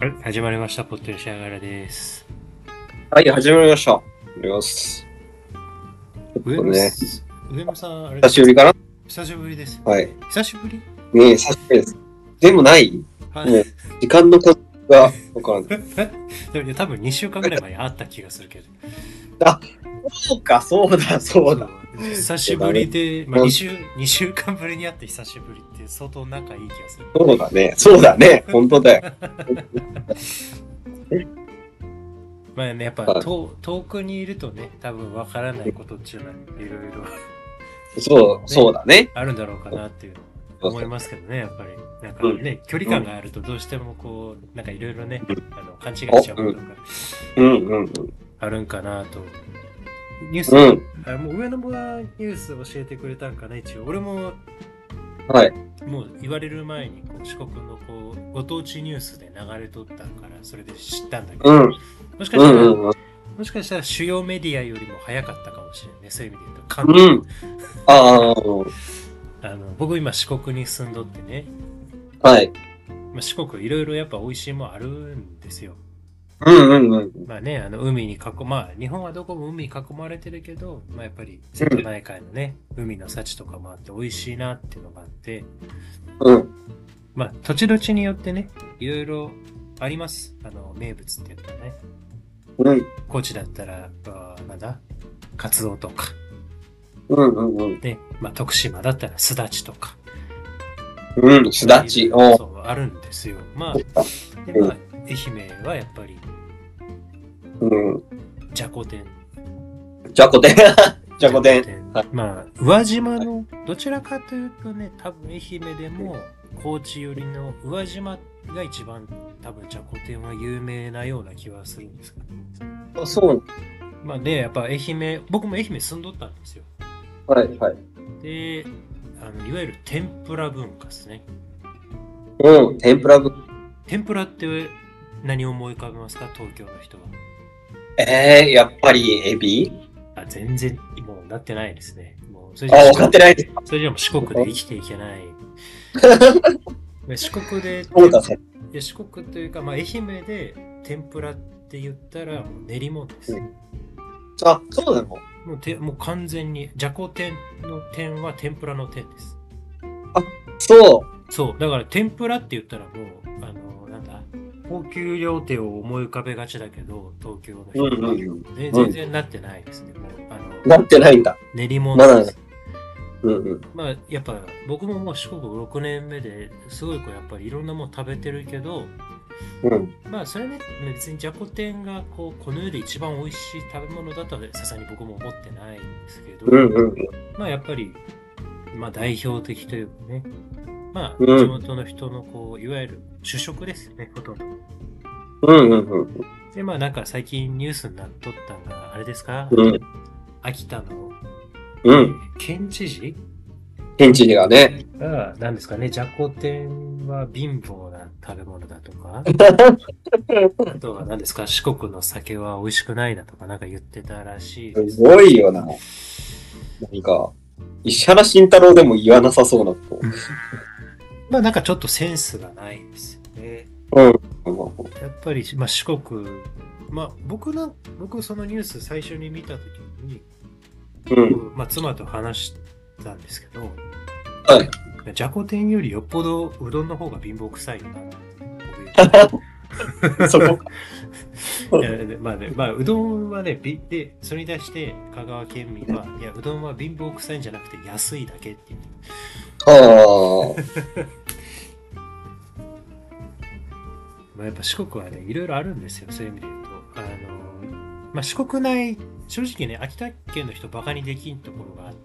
はい、始まりました。ポッドキャストしながらです。 はい、始まりました。お願いします。 上野さん、あれ久しぶりかな。 久しぶりです。 はい。 久しぶりねえ、久しぶりです。でもない、 はい。 もう、時間の感覚がわからない。 でも多分2週間ぐらい前に会った気がするけど。 あ、そうか、そうだ。 久しぶりで、2週間ぶりに会って久しぶりって相当仲いい気がする。 そうだね。本当だよ。 まあね、やっぱ遠くにいるとね、多分わからないことっていうのはいろいろそうだね。 あるんだろうかなっていう思いますけどね、やっぱり。なんかね、距離感があるとどうしてもこう、なんかいろいろね、勘違いしちゃうことがあるんかなと。ニュース、もう上の子はニュース教えてくれたんかな、一応。俺も、 はい。 もう言われる前にこう四国のこうご当地ニュースで流れとったから、それで知ったんだけど、もしかしたら主要メディアよりも早かったかもしれないね、そういう意味で言うと。関東。僕今四国に住んどってね、 はい。 四国いろいろやっぱ美味しいもんあるんですよ。まあね、海にまあ日本はどこも海に囲まれてるけど、まあやっぱり瀬戸内海のね、海の幸とかもあって美味しいなっていうのがあって、まあ土地土地によってね、いろいろあります。名物って言ったらね。高知だったら、なんだカツオとか。で、まあ徳島だったらすだちとか。 すだち。 そう、あるんですよ。まあ、で、まあ、愛媛はやっぱり、じゃこ天。まあ、宇和島の、どちらかというとね、多分愛媛でも、高知寄りの宇和島が一番多分じゃこ天は有名なような気はするんですけど。 そう。 まあね、やっぱ愛媛、僕も愛媛住んどったんですよ。 はい。 で、いわゆる天ぷら文化ですね。 天ぷらって何を思い浮かべますか、東京の人は。 やっぱりエビ？ 全然、もうなってないですね。もうそれ分かってないです。 それじゃもう四国で生きていけない。四国で、四国というか、まあ、愛媛で天ぷらって言ったらもう練り物です。 あ、そうなの？ もう完全に、じゃこ天の天は天ぷらの天です。 あ、そう。 だから天ぷらって言ったらもう、高級料亭を思い浮かべがちだけど、東京の人は、全然なってないですね。もうなってないんだ。 練り物です。 まあやっぱ僕ももう四国6年目ですごいやっぱりいろんなもの食べてるけど、まあそれね、別にじゃこ天がこの世で一番美味しい食べ物だとはさすがに僕も思ってないんですけど、まあやっぱり、まあ代表的というかね、まあ地元の人のいわゆる主食ですよね、ほとんど。で、まあなんか最近ニュースになっとったのが、あれですか、秋田の、県知事がね。 なんですかね、じゃこ天は貧乏な食べ物だとか、あとは何ですか、四国の酒は美味しくないだとかなんか言ってたらしいです。 すごいよな。なんか、石原慎太郎でも言わなさそうなこと。 まあなんかちょっとセンスがないですよね。やっぱり、まあ四国、まあ僕そのニュース最初に見たときに、まあ妻と話したんですけど、じゃこ天よりよっぽどうどんの方が貧乏臭いよな。そこまあうどんはね、でそれに対して香川県民は、いやうどんは貧乏臭いんじゃなくて安いだけっていう。まあやっぱ四国はね、いろいろあるんですよ、そういう意味で言うと。まあ四国内、正直ね、秋田県の人バカにできんところがあって、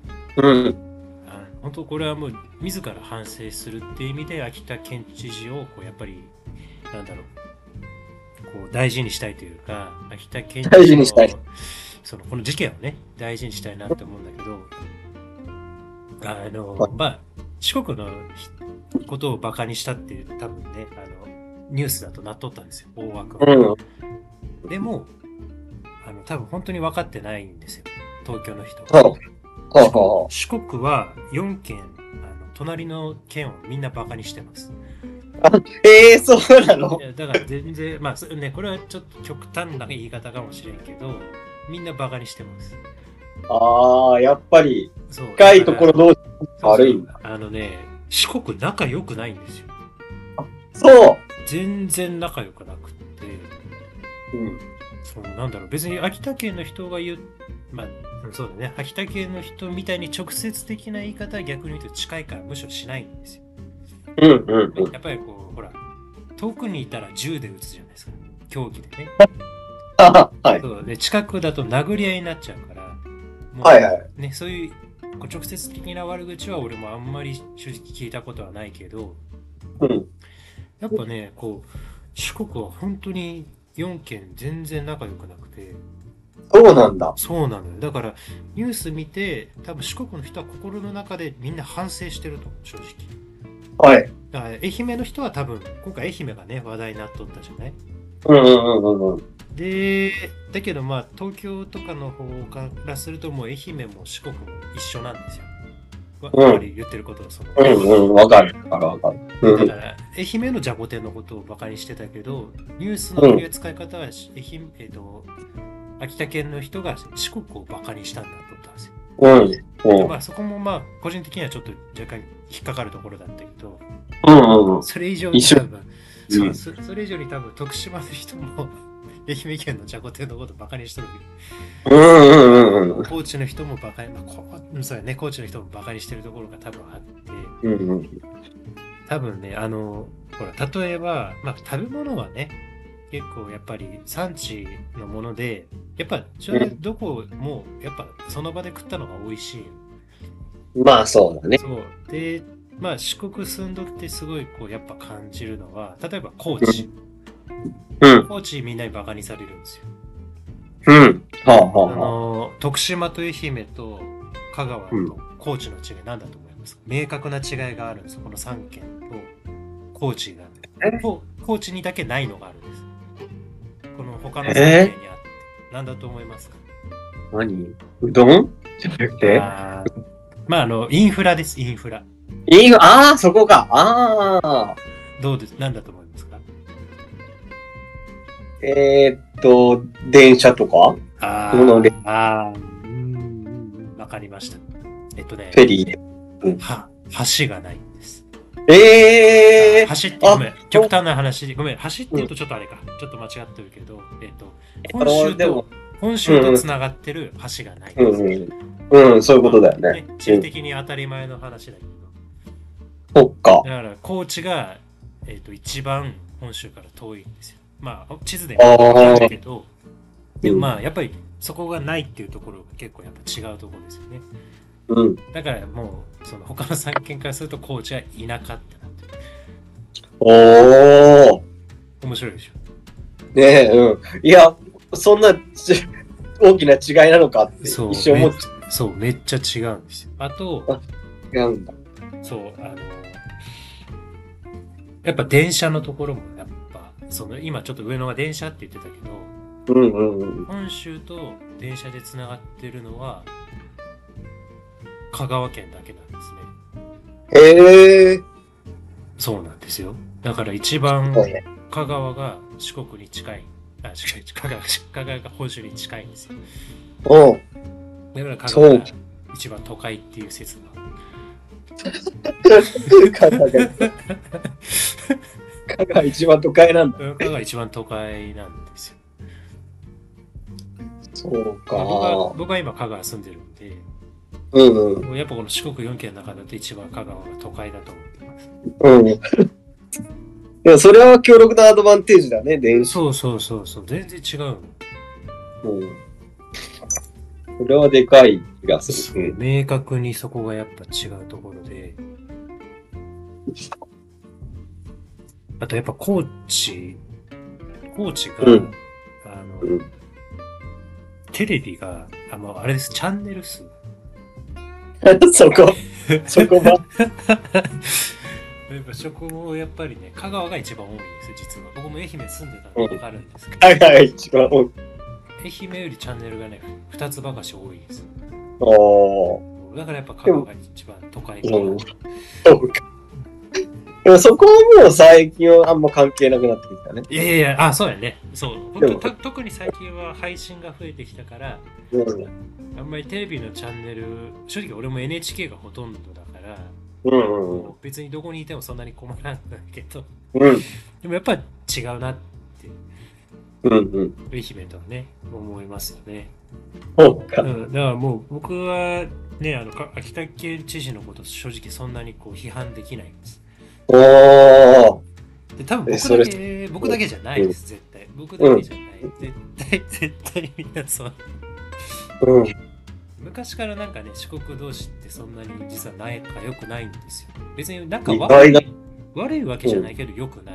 本当これはもう自ら反省するっていう意味で秋田県知事をやっぱり大事にしたいというか、秋田県知事のこの事件をね大事にしたいなって思うんだけど、まあ四国のことをバカにしたっていう多分ねニュースだとなっとったんですよ、大枠は。でも多分本当に分かってないんですよ、東京の人は。四国は4県、隣の県をみんなバカにしてます。 そうなの？ だから全然、まあね、これはちょっと極端な言い方かもしれんけど、みんなバカにしてます。 やっぱり、 そう深いところ同士悪いんだ。 四国仲良くないんですよ。 そう。 全然仲良くなくって、なんだろう、別に秋田県の人が言う、まあ、そうだね、秋田県の人みたいに直接的な言い方は逆に言うと近いからむしろしないんですよ。やっぱりこう、ほら、遠くにいたら銃で撃つじゃないですか。競技でね。 はい。 そうで、近くだと殴り合いになっちゃうから、ね、そういう直接的な悪口は俺もあんまり正直聞いたことはないけど、やっぱね、こう、四国は本当に4県全然仲良くなくて。 そうなんだ。 そうなのよ。だからニュース見て、多分四国の人は心の中でみんな反省してると思う、正直。 はい。 だから愛媛の人は多分、今回愛媛がね、話題になっとったじゃない？で、だけどまあ、東京とかの方からするともう愛媛も四国も一緒なんですよ。やっぱり言ってることはその。 わかる。だから愛媛のじゃこ天のことをバカにしてたけど、ニュースの取り扱い方は秋田県の人が四国をバカにしたんだと思ったんですよ。まあそこもまあ個人的にはちょっと若干引っかかるところだったけど、それ以上に多分、それ以上に多分徳島の人も愛媛県のじゃこ天のことをバカにしとるけど、高知の人もバカに、そうやね、高知の人もバカにしてるところが多分あって、多分ね、ほら、例えば、まあ食べ物はね、結構やっぱり産地のもので、やっぱどこもやっぱその場で食ったのが美味しい。 まあそうだね。 そうで、まあ四国住んどってすごいこうやっぱ感じるのは、例えば高知。高知みんなにバカにされるんですよ。徳島と愛媛と香川と高知の違い何だと思いますか？明確な違いがあるんですよ。この3県と高知が。高知にだけないのがあるんです。この他の3県にあって。何だと思いますか？ 何？うどんじゃなくて？ まあインフラです、インフラ。 そこか。 どうです？何だと思いますか？ 電車とか？ わかりました。 フェリー。 橋がないんです。橋って、ごめん、極端な話、ごめん、橋って言うとちょっとあれか、ちょっと間違ってるけど、本州とつながってる橋がないんです。 そういうことだよね。 地理的に当たり前の話だけど。そっか。 だから、高知が、一番本州から遠いんですよ。まあ、地図で見るけど、でもまあ、やっぱりそこがないっていうところが結構やっぱ違うところですよね。だからもう、その他の3県からすると高知は田舎ってなってる。面白いでしょ。 ねいや、そんな大きな違いなのかって一瞬思っちゃう。 そう、めっちゃ違うんですよ。あと、 違うんだ。 そう、やっぱ電車のところもやっぱ、今ちょっと上野が電車って言ってたけど、本州と電車でつながってるのは、香川県だけなんですね。そうなんですよ。だから一番香川が四国に近い。香川が本州に近いんですよ。だから香川が一番都会っていう説が。 香川一番都会なんだ。 香川一番都会なんですよ。 そうか。 僕は今香川住んでるんで、やっぱこの四国4県の中だと一番香川が都会だと思ってます。 いや、それは強力なアドバンテージだね、電車。 そう、全然違うの。 それはでかい気がする。 明確にそこがやっぱ違うところで。あとやっぱ高知が、テレビが、あれです、チャンネル数。 そこは。 そこもやっぱりね、香川が一番多いんですよ、実は。僕も愛媛住んでたので分かるんですけど。 香川一番多い。 愛媛よりチャンネルがね、2つばかし多いんですよ。 おー。 だからやっぱ香川が一番都会かな。 でもそこはもう最近はあんま関係なくなってきたね。 いやいやいや、そうやね。そう。本当特に最近は配信が増えてきたから、あんまりテレビのチャンネル、正直俺も NHK がほとんどだから、別にどこにいてもそんなに困らんだけど、でもやっぱ違うなって、愛媛とはね、思いますよね。 そうか。 だからもう僕はね、秋田県知事のこと正直そんなにこう批判できないんです。で多分僕だけじゃないです、絶対。僕だけじゃない。絶対みんなそう。昔からなんかね、四国同士ってそんなに実は仲良くないんですよ。別に仲悪いわけじゃないけど良くない。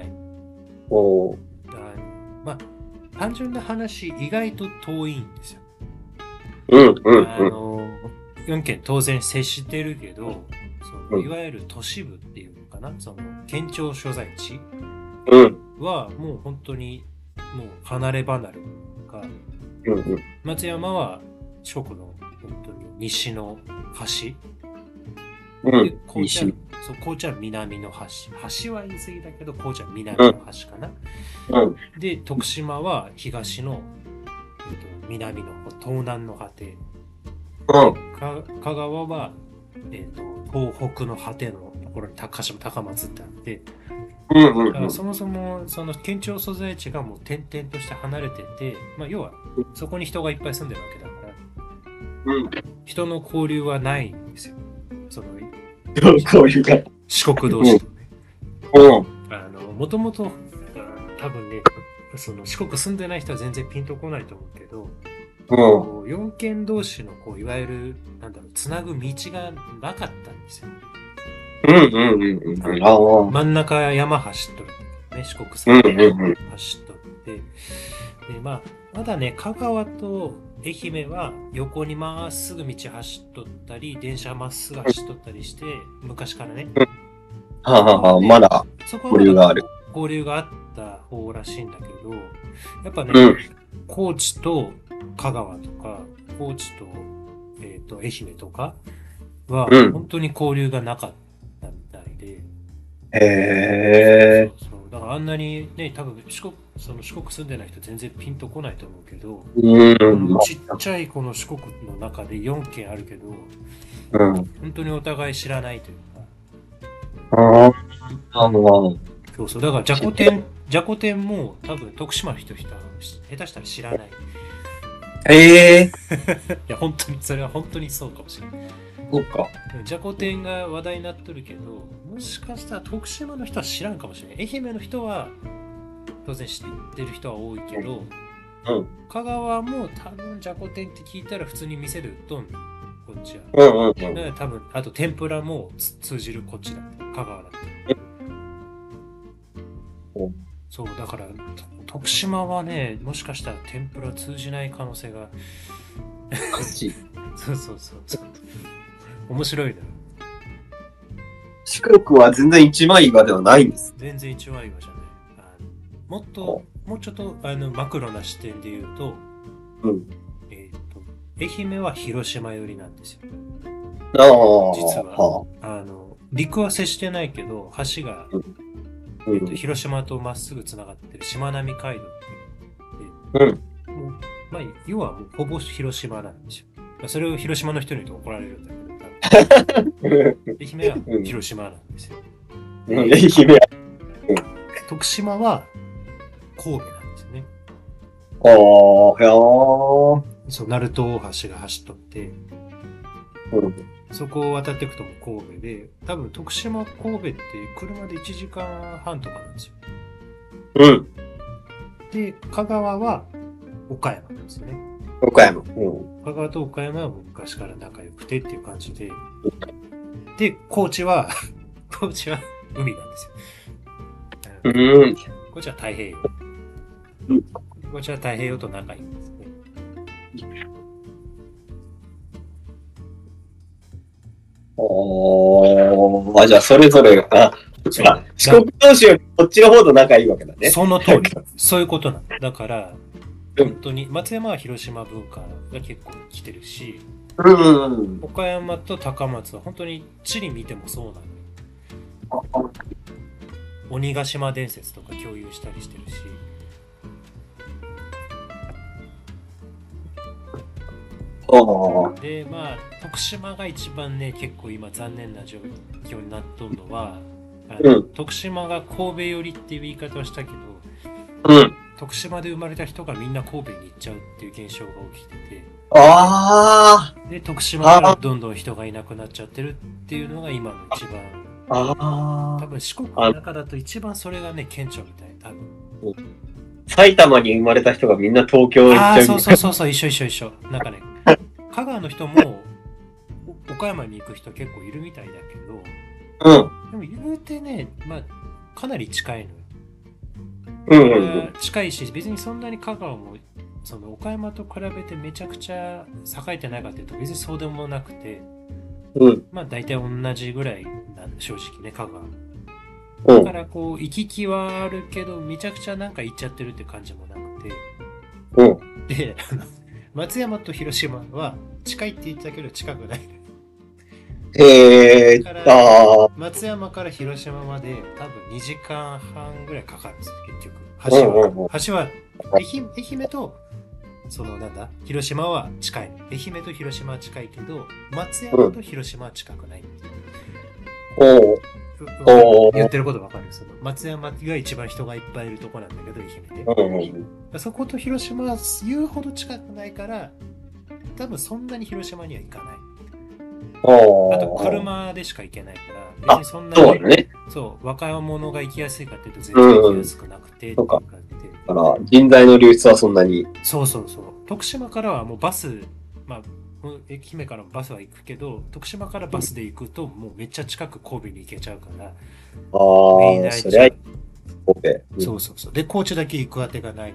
まあ、単純な話、意外と遠いんですよ。4県当然接してるけど、いわゆる都市部っていうのかな、その県庁所在地はもう本当にもう離れ離れが、松山は四国の本当に西の端、高知は南の端。端は言い過ぎだけど、高知は南の端かな。で、徳島は東の、南の東南の果て。香川は、東北の果てのところに高松ってあって、だからそもそもその県庁所在地がもう点々として離れてて、まあ、要はそこに人がいっぱい住んでるわけだから、人の交流はないんですよ。その交流が四国同士とね。もともと多分ね、その四国住んでない人は全然ピンとこないと思うけど、4県同士のこういわゆるつなぐ道がなかったんですよ。真ん中山走っとるね、四国山走っとって、でまだね、香川と愛媛は横にまっすぐ道走っとったり、電車まっすぐ走っとったりして、昔からね。 まだ交流がある。 交流があった方らしいんだけど、やっぱね、高知と香川とか、高知と、愛媛とかは、本当に交流がなかったみたいで。そうだからあんなにね、多分四国住んでない人全然ピンとこないと思うけど、ちっちゃいこの四国の中で4県あるけど、本当にお互い知らないというか。そうだからじゃこ天も多分徳島の人下手したら知らない。いや本当にそれは本当にそうかもしれない。 そうか。 じゃこ天が話題になってるけど、もしかしたら徳島の人は知らんかもしれない。愛媛の人は当然知ってる人は多いけど、香川も多分じゃこ天って聞いたら普通に店で売っとんの、こっちは。だから多分あと天ぷらも通じるこっちだった、香川だった。そうだから徳島はね、もしかしたら天ぷら通じない可能性がそう面白いな。 四国は全然一枚岩ではないんです。 全然一枚岩じゃない。もうちょっとマクロな視点で言うと、愛媛は広島寄りなんですよ。実は陸は接してないけど橋が広島とまっすぐつながってるしまなみ海道って、まあ、要はもうほぼ広島なんですよ。それを広島の人に言うと怒られるんだけど、愛媛は広島なんですよ。愛媛は徳島は神戸なんですよね。そう、鳴門大橋が走っとって、そこを渡っていくとも神戸で、多分徳島神戸って車で1時間半とかなんですよ。で、香川は岡山なんですよね。 岡山。 香川と岡山は昔から仲良くてっていう感じで。で、高知は海なんですよ。高知は太平洋。高知は太平洋と仲いいんですね。 じゃあそれぞれが、四国同士よりこっちの方と仲いいわけだね。 その通り。そういうことなんだ。だから、本当に、松山は広島文化が結構来てるし、岡山と高松は本当に地理見てもそうなのよ。 鬼ヶ島伝説とか共有したりしてるし。で、まあ、徳島が一番ね、結構今残念な状況になっとるのは、徳島が神戸寄りっていう言い方をしたけど、徳島で生まれた人がみんな神戸に行っちゃうっていう現象が起きてて、で、徳島からどんどん人がいなくなっちゃってるっていうのが今の一番、多分四国の中だと一番それがね、顕著みたい、多分。 埼玉に生まれた人がみんな東京に行っちゃう。 そう、一緒。なんかね、香川の人も岡山に行く人結構いるみたいだけど、でも言うてね、まあ、かなり近いのよ。近いし、別にそんなに香川もその岡山と比べてめちゃくちゃ栄えてないかっていうと別にそうでもなくて、まあ大体同じぐらいなんで正直ね、香川。だからこう行き来はあるけどめちゃくちゃなんか行っちゃってるって感じもなくて、で、松山と広島は近いって言ったけど近くない。だから松山から広島まで多分2時間半ぐらいかかるんですよ、結局。橋は愛媛とそのなんだ広島は近い。愛媛と広島は近いけど松山と広島は近くないっていう。言ってることわかる。その松山が一番人がいっぱいいるとこなんだけど愛媛で、そこと広島は言うほど近くないから多分そんなに広島には行かない。あと車でしか行けないから別にそんなにそう若者が行きやすいかっていうと全然行きやすくなくてっていう感じで、 だから人材の流出はそんなにそう徳島からはもうバス、まあ愛媛からバスは行くけど徳島からバスで行くともうめっちゃ近く神戸に行けちゃうからみんな行っちゃう。そうで高知だけ行くあてがない。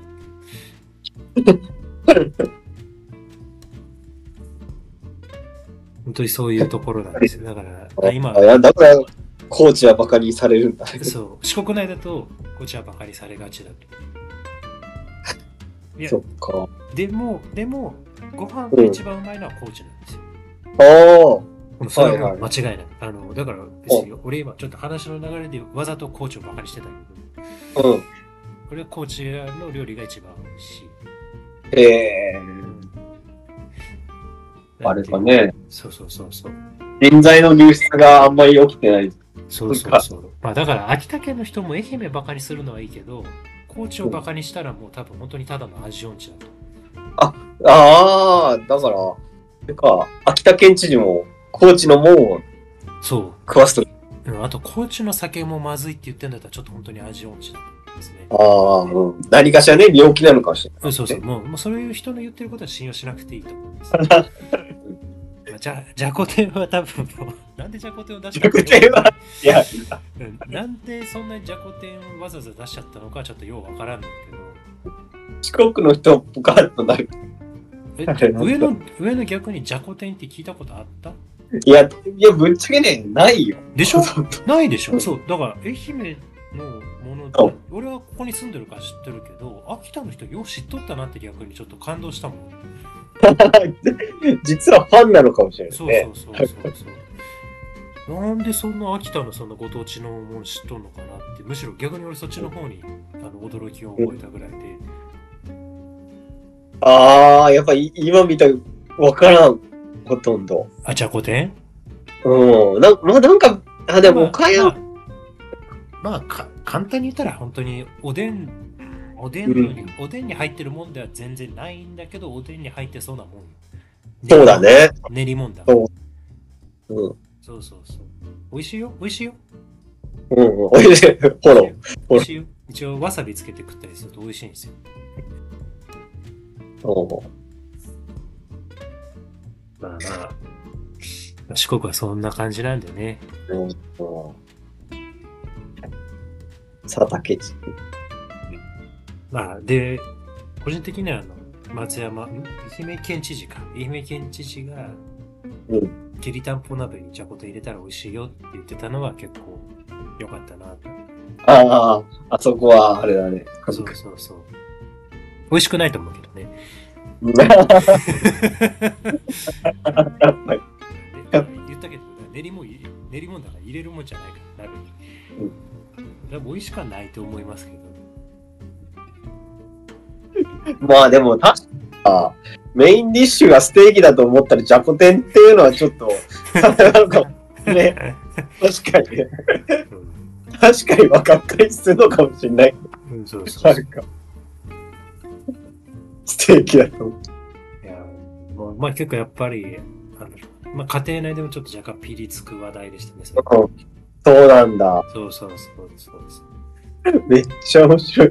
本当にそういうところなんですよ。だから今だから高知はバカにされるんだ。 そう四国内だと高知はバカにされがちだと。いやそっか。 でもご飯が一番うまいのは高知なんですよ。それは間違いない。だからですよ。俺今ちょっと話の流れでわざと高知をバカにしてたけど、これは高知の料理が一番美味しい。 あれかね。 そう。 人材の流出があんまり起きてない。 そう。まあだから秋田県の人も愛媛バカにするのはいいけど、高知をバカにしたらもう多分本当にただの味音痴だと。 だから、秋田県知事も高知のもを食わすと。 あと高知の酒もまずいって言ってんだったらちょっと本当に味音痴だとですね。 何かしらね、病気なのかもしれない。 そう。もうそういう人の言ってることは信用しなくていいと思うんです。じゃこ天は多分もう、なんでじゃこ天を出したのか。なんでそんなにじゃこ天をわざわざ出しちゃったのかちょっとようわからんだけど。 四国の人ポカッとなる。 上の逆にじゃこ天って聞いたことあった？ いや、ぶっちゃけね、ないよ。 でしょ？ないでしょ？そう、だから愛媛のもので、俺はここに住んでるから知ってるけど、秋田の人よう知っとったなって逆にちょっと感動したもん。 実はファンなのかもしれないね。 そう。なんでそんな秋田のそのご当地のもの知っとんのかなって、むしろ逆に俺そっちの方に驚きを覚えたぐらいで。 やっぱり今見たら分からん、ほとんど。 じゃこ天？ なんか、でも岡山。 簡単に言ったら本当におでんに入ってるもんでは全然ないんだけど、おでんに入ってそうなもん。 そうだね。 練りもんだ。 そう。 美味しいよ。 美味しい。フォロー。 一応わさびつけて食ったりすると美味しいんですよ。まあ四国はそんな感じなんだよね。 佐竹地。 で個人的には松山愛媛県知事がきりたんぽ鍋にじゃこと入れたら美味しいよって言ってたのは結構良かったなと。 あそこはあれだね。 そう。美味しくないと思うけどね。言ったけど練りもんだから入れるもんじゃないから鍋に。 でも美味しくはないと思いますけど。 まあでも確かメインディッシュがステーキだと思ったらじゃこ天っていうのはちょっとなのかもね。確かにね。確かにはがっかりするのかもしれない。 そうそう。 ステーキだと。 いや、もうまあ結構やっぱり、まあ家庭内でもちょっと若干ピリつく話題でしたね。 そうなんだ。 そうそうそうそう。 めっちゃ面白い。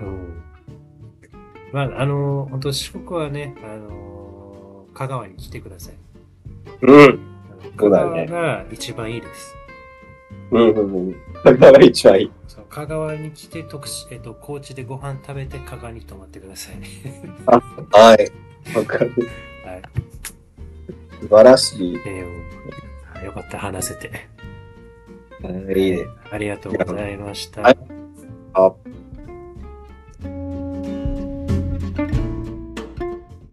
まあ、本当四国はね、香川に来てください。 うん。 香川が一番いいです。 香川が一番いい。 そう香川に来て、高知でご飯食べて香川に泊まってください。 はい。わかる。 はい。 素晴らしい。 よかった、話せて。 いいね。 ありがとうございました。 はい。